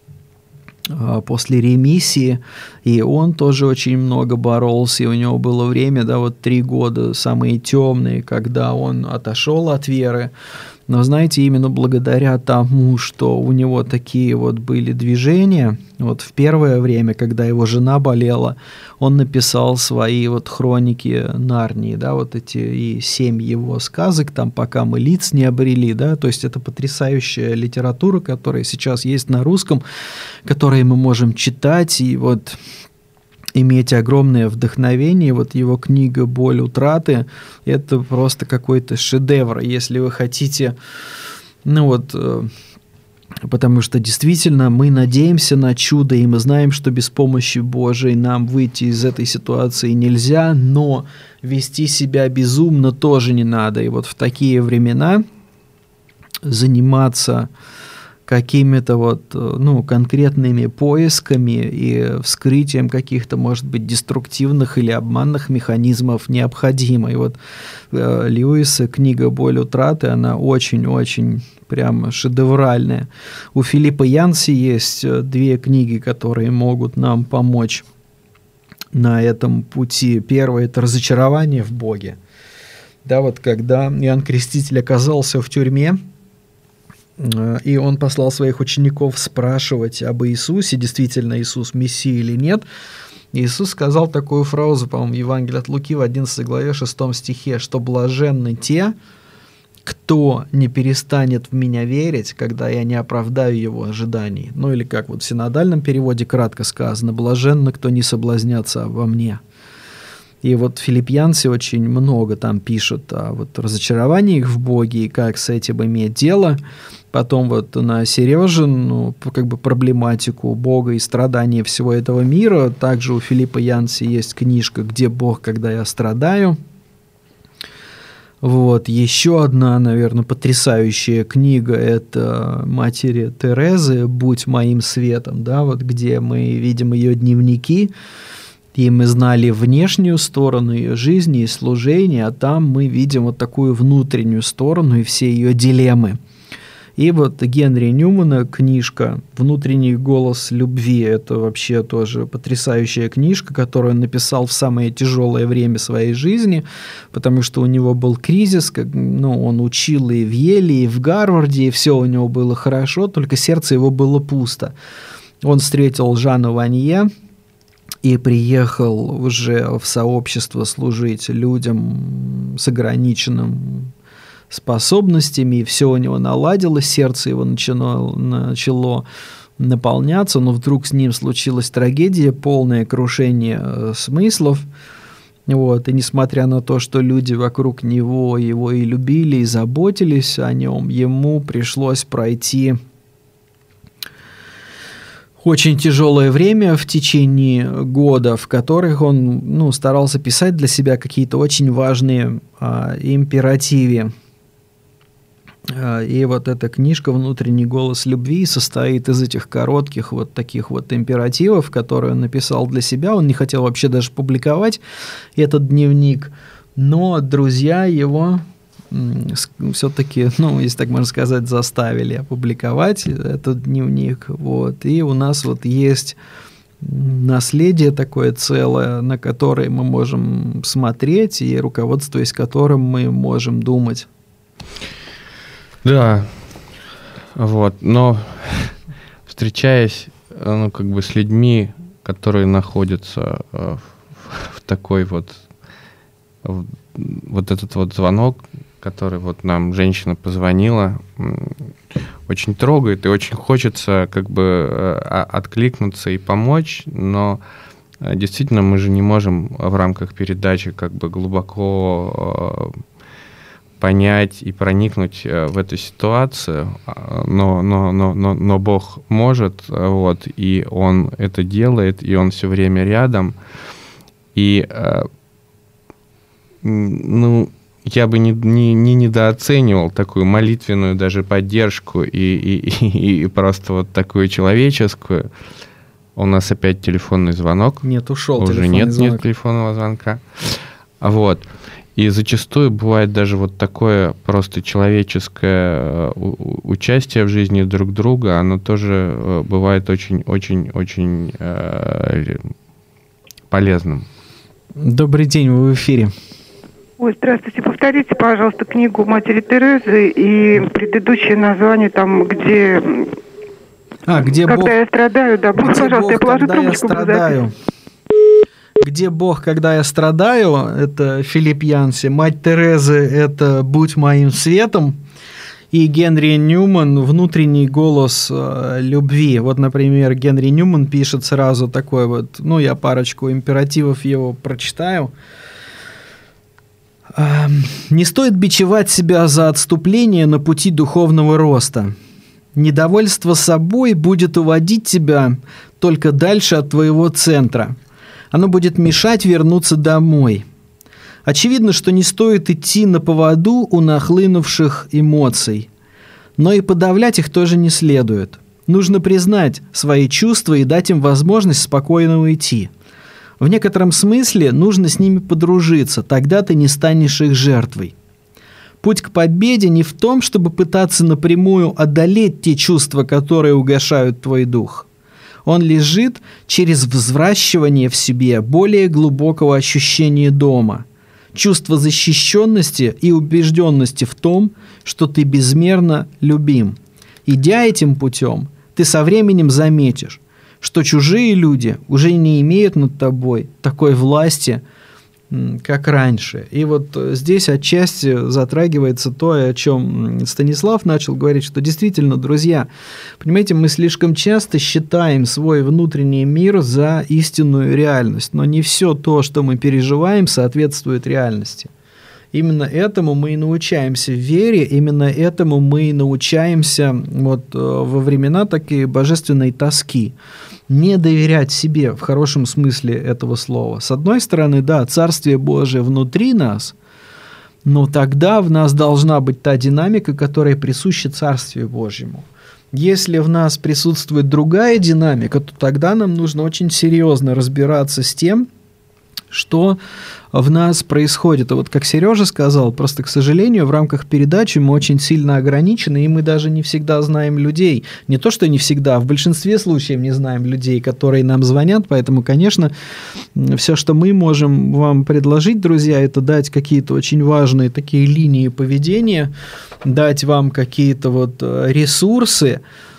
после ремиссии, и он тоже очень много боролся, и у него было время, да, вот три года самые темные, когда он отошел от веры. Но, знаете, именно благодаря тому, что у него такие вот были движения, вот в первое время, когда его жена болела, он написал свои вот хроники Нарнии, да, вот эти и семь его сказок, там, пока мы лиц не обрели, да, то есть это потрясающая литература, которая сейчас есть на русском, которую мы можем читать и вот иметь огромное вдохновение. Вот его книга «Боль утраты» — это просто какой-то шедевр, если вы хотите, ну вот, потому что действительно мы надеемся на чудо, и мы знаем, что без помощи Божией нам выйти из этой ситуации нельзя, но вести себя безумно тоже не надо. И вот в такие времена заниматься какими-то вот, ну, конкретными поисками и вскрытием каких-то, может быть, деструктивных или обманных механизмов необходимо. И вот э, Льюиса книга «Боль утраты», она очень-очень прям шедевральная. У Филиппа Янси есть две книги, которые могут нам помочь на этом пути. Первое – это «Разочарование в Боге». Да, вот когда Иоанн Креститель оказался в тюрьме, и он послал своих учеников спрашивать об Иисусе, действительно Иисус Мессия или нет. Иисус сказал такую фразу, по-моему, в Евангелии от Луки в одиннадцатой главе шестом стихе, что блаженны те, кто не перестанет в меня верить, когда я не оправдаю его ожиданий. Ну или как вот в синодальном переводе кратко сказано, блаженны, кто не соблазнятся во мне. И вот Филипп Янси очень много там пишет о вот разочарованиях в Боге и как с этим иметь дело. Потом вот на Сережин, ну, как бы проблематику Бога и страдания всего этого мира. Также у Филиппа Янси есть книжка «Где Бог, когда я страдаю?». Вот. Еще одна, наверное, потрясающая книга – это матери Терезы «Будь моим светом», да, вот где мы видим ее дневники, и мы знали внешнюю сторону ее жизни и служения, а там мы видим вот такую внутреннюю сторону и все ее дилеммы. И вот Генри Ньюмана книжка «Внутренний голос любви» – это вообще тоже потрясающая книжка, которую он написал в самое тяжелое время своей жизни, потому что у него был кризис, как, ну, он учил и в Еле, и в Гарварде, и все у него было хорошо, только сердце его было пусто. Он встретил Жанну Ванье и приехал уже в сообщество служить людям с ограниченным способностями, и все у него наладилось, сердце его начало, начало наполняться, но вдруг с ним случилась трагедия, полное крушение смыслов. Вот, и несмотря на то, что люди вокруг него его и любили, и заботились о нем, ему пришлось пройти очень тяжелое время в течение года, в которых он, ну, старался писать для себя какие-то очень важные а, императивы. И вот эта книжка «Внутренний голос любви» состоит из этих коротких вот таких вот императивов, которые он написал для себя. Он не хотел вообще даже публиковать этот дневник, но друзья его все-таки, ну, если так можно сказать, заставили опубликовать этот дневник. Вот. И у нас вот есть наследие такое целое, на которое мы можем смотреть и руководствуясь которым мы можем думать. Да, вот, но встречаясь, ну, как бы с людьми, которые находятся в, в такой вот, в, вот этот вот звонок, который вот нам женщина позвонила, очень трогает и очень хочется как бы откликнуться и помочь, но действительно мы же не можем в рамках передачи как бы глубоко понять и проникнуть в эту ситуацию, но, но, но, но, но Бог может, вот, и Он это делает, и Он все время рядом. И, ну, я бы не, не, не недооценивал такую молитвенную даже поддержку и, и, и, и просто вот такую человеческую. У нас опять телефонный звонок. Нет, ушел Уже телефонный нет, звонок. нет телефонного звонка. Вот. И зачастую бывает даже вот такое просто человеческое участие в жизни друг друга, оно тоже бывает очень-очень-очень э, полезным. Добрый день, вы в эфире. Ой, здравствуйте. Повторите, пожалуйста, книгу матери Терезы и предыдущее название там, где... А, где когда Бог... я страдаю, да, где пожалуйста, Бог, я положу когда я трубочку. страдаю. «Где Бог, когда я страдаю» – это Филипп Янси. «Мать Терезы» – это «Будь моим светом». И Генри Ньюман «Внутренний голос э, любви». Вот, например, Генри Ньюман пишет сразу такой вот, ну, я парочку императивов его прочитаю. Э, «Не стоит бичевать себя за отступление на пути духовного роста. Недовольство собой будет уводить тебя только дальше от твоего центра. Оно будет мешать вернуться домой. Очевидно, что не стоит идти на поводу у нахлынувших эмоций. но и подавлять их тоже не следует. Нужно признать свои чувства и дать им возможность спокойно уйти. В некотором смысле нужно с ними подружиться, тогда ты не станешь их жертвой. Путь к победе не в том, чтобы пытаться напрямую одолеть те чувства, которые угошают твой дух. Он лежит через взращивание в себе более глубокого ощущения дома, чувства защищенности и убежденности в том, что ты безмерно любим. Идя этим путем, ты со временем заметишь, что чужие люди уже не имеют над тобой такой власти, как раньше. И вот здесь отчасти затрагивается то, о чем Станислав начал говорить, что действительно, друзья, понимаете, мы слишком часто считаем свой внутренний мир за истинную реальность, но не все то, что мы переживаем, соответствует реальности. Именно этому мы и научаемся в вере, именно этому мы и научаемся вот во времена такой божественной тоски. Не доверять себе в хорошем смысле этого слова. С одной стороны, да, Царствие Божие внутри нас, но тогда в нас должна быть та динамика, которая присуща Царствию Божьему. Если в нас присутствует другая динамика, то тогда нам нужно очень серьезно разбираться с тем, что в нас происходит. И вот как Сережа сказал, просто, к сожалению, в рамках передачи мы очень сильно ограничены, и мы даже не всегда знаем людей. Не то, что не всегда, в большинстве случаев не знаем людей, которые нам звонят, поэтому, конечно, все, что мы можем вам предложить, друзья, это дать какие-то очень важные такие линии поведения, дать вам какие-то вот ресурсы.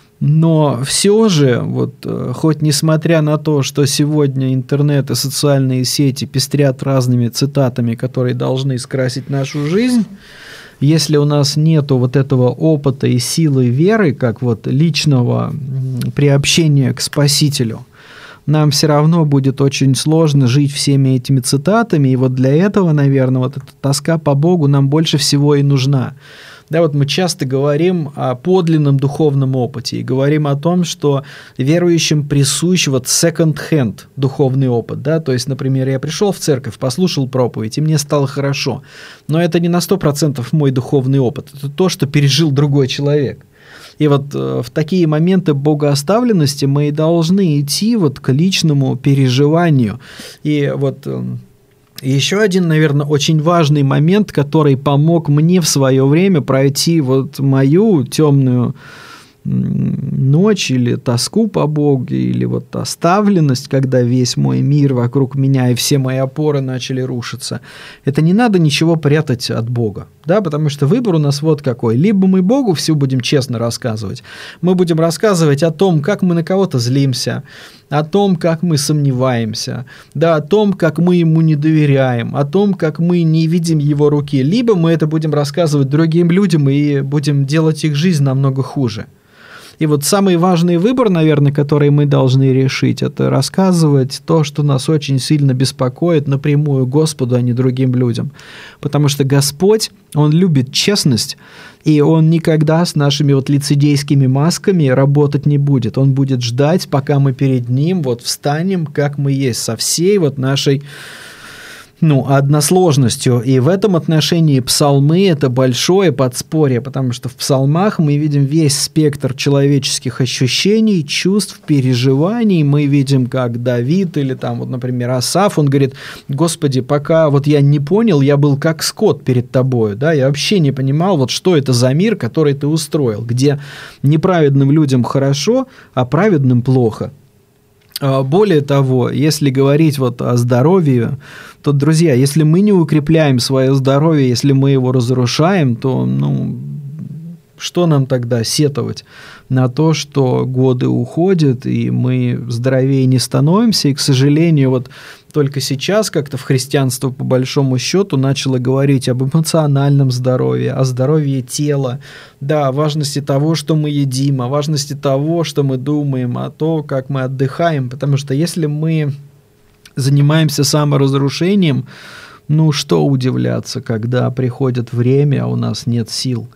Но все же, вот, хоть несмотря на то, что сегодня интернет и социальные сети пестрят разными цитатами, которые должны скрасить нашу жизнь, если у нас нету вот этого опыта и силы веры, как вот личного приобщения к Спасителю, нам все равно будет очень сложно жить всеми этими цитатами, и вот для этого, наверное, вот эта тоска по Богу нам больше всего и нужна. Да, вот мы часто говорим о подлинном духовном опыте и говорим о том, что верующим присущ вот second-hand духовный опыт. Да? То есть, например, я пришел в церковь, послушал проповедь, и мне стало хорошо. Но это не на сто процентов мой духовный опыт. Это то, что пережил другой человек. И вот в такие моменты богооставленности мы и должны идти вот к личному переживанию. И вот... И еще один, наверное, очень важный момент, который помог мне в свое время пройти вот мою темную ночь или тоску по Богу, или вот оставленность, когда весь мой мир вокруг меня и все мои опоры начали рушиться. Это не надо ничего прятать от Бога, да, потому что выбор у нас вот какой. Либо мы Богу все будем честно рассказывать, мы будем рассказывать о том, как мы на кого-то злимся, о том, как мы сомневаемся, да, о том, как мы ему не доверяем, о том, как мы не видим его руки, либо мы это будем рассказывать другим людям и будем делать их жизнь намного хуже. И вот самый важный выбор, наверное, который мы должны решить, это рассказывать то, что нас очень сильно беспокоит, напрямую Господу, а не другим людям. Потому что Господь, Он любит честность, и Он никогда с нашими вот лицедейскими масками работать не будет. Он будет ждать, пока мы перед Ним вот встанем, как мы есть, со всей вот нашей... ну, односложностью. И в этом отношении псалмы – это большое подспорье, потому что в псалмах мы видим весь спектр человеческих ощущений, чувств, переживаний. Мы видим, как Давид или там, вот, например, Асаф, он говорит: «Господи, пока вот я не понял, я был как скот перед тобою, да, я вообще не понимал, вот что это за мир, который ты устроил, где неправедным людям хорошо, а праведным плохо». Более того, если говорить вот о здоровье, то, друзья, если мы не укрепляем свое здоровье, если мы его разрушаем, то, ну, что нам тогда сетовать на то, что годы уходят, и мы здоровее не становимся? И, к сожалению, вот только сейчас как-то в христианство, по большому счету, начало говорить об эмоциональном здоровье, о здоровье тела, да, о важности того, что мы едим, о важности того, что мы думаем, о том, как мы отдыхаем, потому что если мы занимаемся саморазрушением, ну, что удивляться, когда приходит время, а у нас нет сил.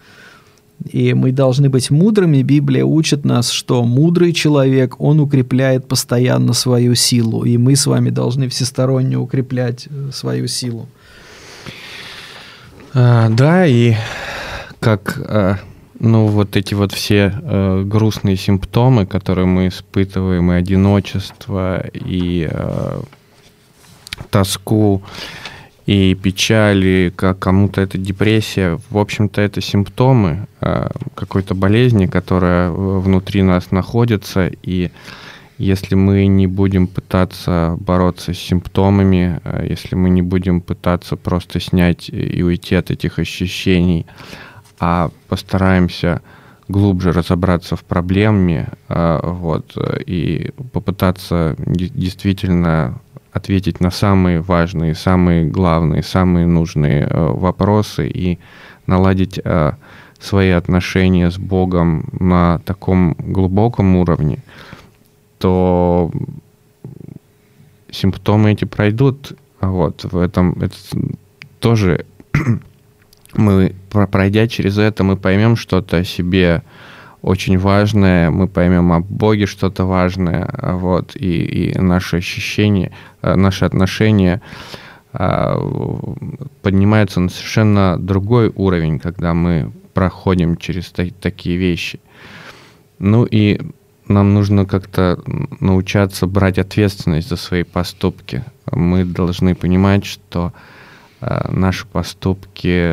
И мы должны быть мудрыми. Библия учит нас, что мудрый человек, он укрепляет постоянно свою силу. И мы с вами должны всесторонне укреплять свою силу. А, да, и как а, Ну, вот эти вот все э, грустные симптомы, которые мы испытываем, и одиночество, и э, тоску, и печаль, и как кому-то это депрессия, в общем-то, это симптомы э, какой-то болезни, которая внутри нас находится, и если мы не будем пытаться бороться с симптомами, э, если мы не будем пытаться просто снять и уйти от этих ощущений, а постараемся глубже разобраться в проблеме, вот, и попытаться действительно ответить на самые важные, самые главные, самые нужные вопросы и наладить свои отношения с Богом на таком глубоком уровне, то симптомы эти пройдут. Вот, в этом это тоже... Мы, пройдя через это, мы поймем что-то о себе очень важное, мы поймем о Боге что-то важное, вот, и, и наши ощущения, наши отношения поднимаются на совершенно другой уровень, когда мы проходим через та- такие вещи. Ну и нам нужно как-то научаться брать ответственность за свои поступки. Мы должны понимать, что наши поступки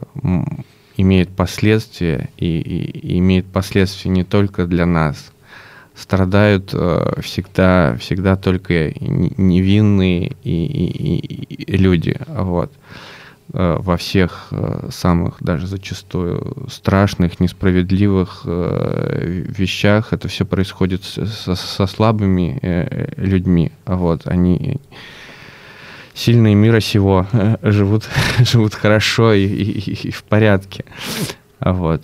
имеют последствия, и, и, и имеют последствия не только для нас. Страдают всегда, всегда только невинные и, и, и люди. Вот. Во всех самых, даже зачастую, страшных, несправедливых вещах это все происходит со, со слабыми людьми. Вот. Они... Сильные мира сего живут, живут хорошо и, и, и в порядке. Вот.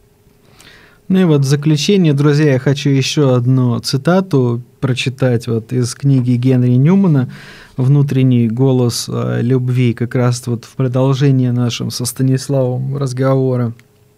Ну и вот в заключение, друзья, я хочу еще одну цитату прочитать вот из книги Генри Ньюмана «Внутренний голос любви», как раз вот в продолжение нашего со Станиславом разговора.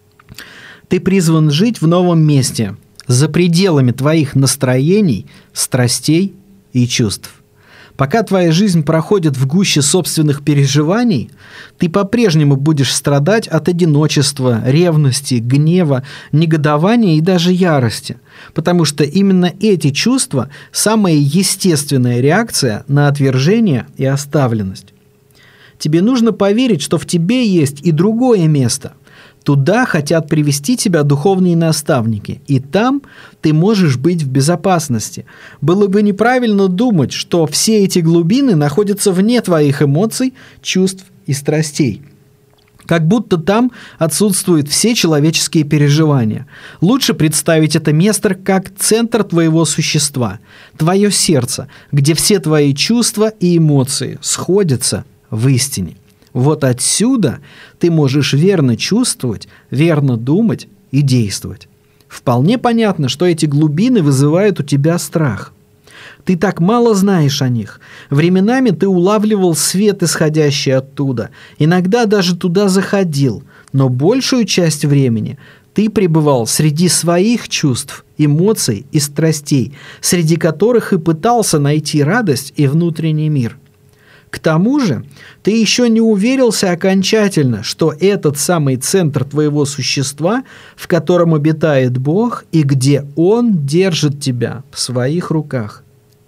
«Ты призван жить в новом месте, за пределами твоих настроений, страстей и чувств. Пока твоя жизнь проходит в гуще собственных переживаний, ты по-прежнему будешь страдать от одиночества, ревности, гнева, негодования и даже ярости, потому что именно эти чувства – самая естественная реакция на отвержение и оставленность. Тебе нужно поверить, что в тебе есть и другое место. Туда хотят привести тебя духовные наставники, и там ты можешь быть в безопасности. Было бы неправильно думать, что все эти глубины находятся вне твоих эмоций, чувств и страстей. Как будто там отсутствуют все человеческие переживания. Лучше представить это место как центр твоего существа, твое сердце, где все твои чувства и эмоции сходятся в истине. Вот отсюда ты можешь верно чувствовать, верно думать и действовать. Вполне понятно, что эти глубины вызывают у тебя страх. Ты так мало знаешь о них. Временами ты улавливал свет, исходящий оттуда. Иногда даже туда заходил. Но большую часть времени ты пребывал среди своих чувств, эмоций и страстей, среди которых и пытался найти радость и внутренний мир. К тому же, ты еще не уверился окончательно, что этот самый центр твоего существа, в котором обитает Бог, и где Он держит тебя в своих руках.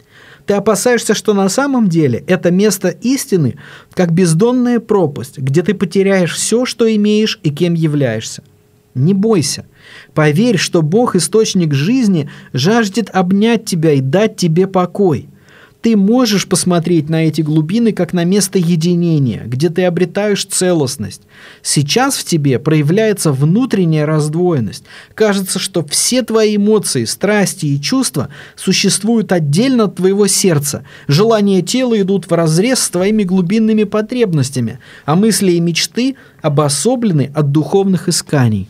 Ты опасаешься, что на самом деле это место истины, как бездонная пропасть, где ты потеряешь все, что имеешь и кем являешься. Не бойся. Поверь, что Бог, источник жизни, жаждет обнять тебя и дать тебе покой. Ты можешь посмотреть на эти глубины как на место единения, где ты обретаешь целостность. Сейчас в тебе проявляется внутренняя раздвоенность. Кажется, что все твои эмоции, страсти и чувства существуют отдельно от твоего сердца. Желания тела идут вразрез с твоими глубинными потребностями, а мысли и мечты обособлены от духовных исканий.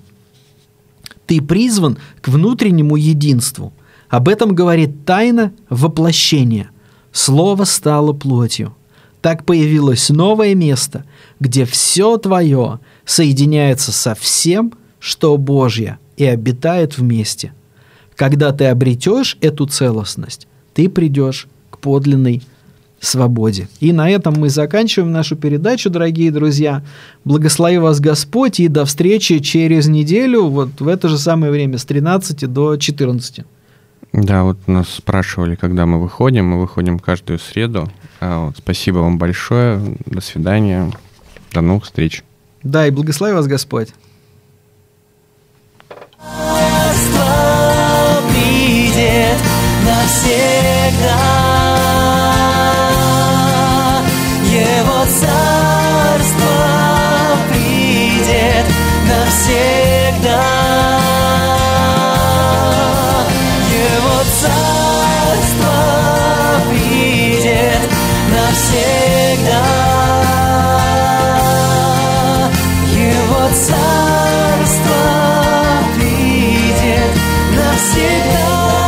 Ты призван к внутреннему единству. Об этом говорит тайна воплощения. Слово стало плотью. Так появилось новое место, где все твое соединяется со всем, что Божье, и обитает вместе. Когда ты обретешь эту целостность, ты придешь к подлинной свободе. И на этом мы заканчиваем нашу передачу, дорогие друзья. Благослови вас Господь, и до встречи через неделю, вот в это же самое время, с тринадцати до четырнадцати. Да, вот нас спрашивали, когда мы выходим. Мы выходим каждую среду. А вот, спасибо вам большое. До свидания. До новых встреч. Да, и благослови вас Господь. Царство придет навсегда. Его царство придет навсегда. Его царство придет навсегда. Его царство придет навсегда.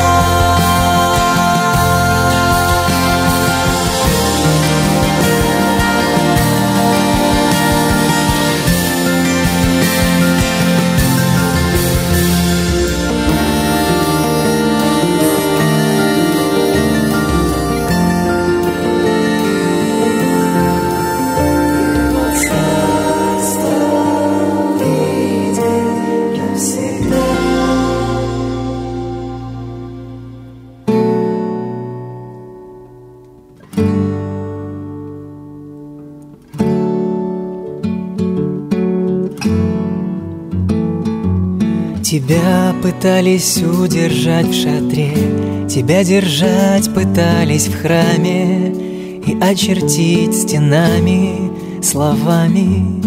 Тебя пытались удержать в шатре, тебя держать пытались в храме и очертить стенами словами.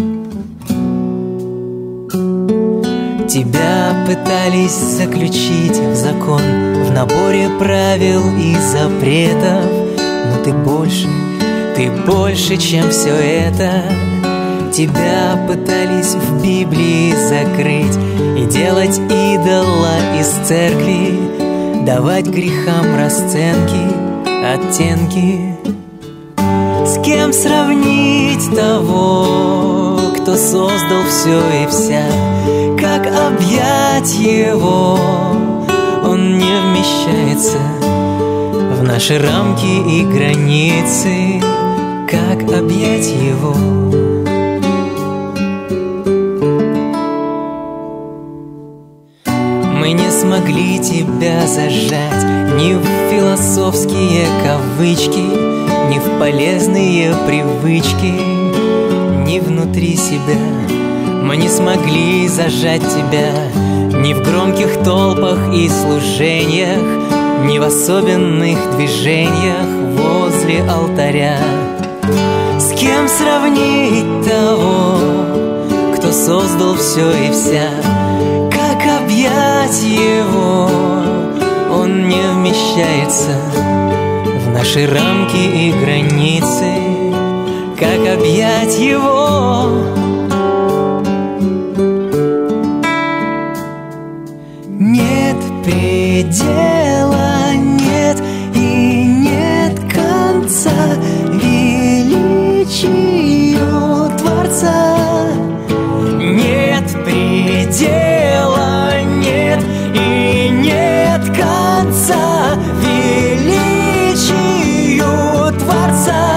Тебя пытались заключить в закон, в наборе правил и запретов, но ты больше, ты больше, чем все это. Тебя пытались в Библии закрыть и делать идола из церкви, давать грехам расценки, оттенки. С кем сравнить того, кто создал все и вся? Как объять его? Он не вмещается в наши рамки и границы. Как объять его? Мы не смогли тебя зажать ни в философские кавычки, ни в полезные привычки, ни внутри себя. Мы не смогли зажать тебя ни в громких толпах и служениях, ни в особенных движениях возле алтаря. С кем сравнить того, кто создал все и вся? Как объять его? Он не вмещается в наши рамки и границы. Как объять его? Нет предела, нет и нет конца величию Творца. Нет предела, нет и нет конца величию Творца.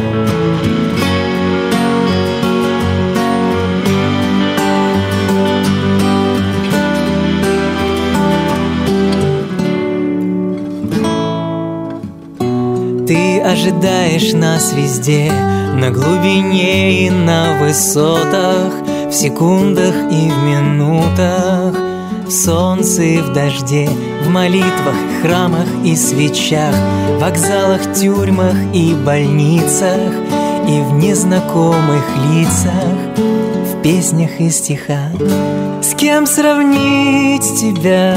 Ты ожидаешь нас везде, на глубине и на высотах, в секундах и в минутах, в солнце и в дожде, в молитвах, храмах и свечах, в вокзалах, тюрьмах и больницах, и в незнакомых лицах, в песнях и стихах. С кем сравнить тебя?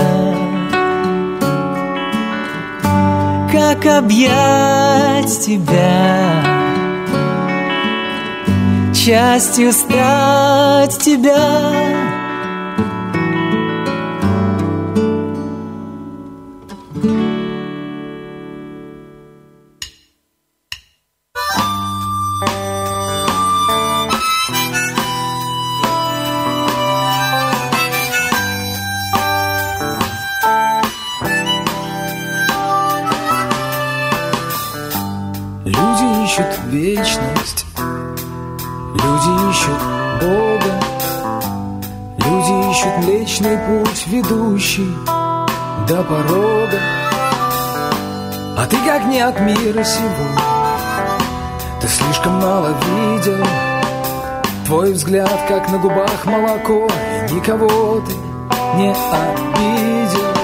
Как объять тебя? Частью стать тебя. Люди ищут вечность, люди ищут Бога, люди ищут Млечный Путь, ведущий до порога. А ты как не от мира сего, ты слишком мало видел. Твой взгляд, как на губах молоко, и никого ты не обидел.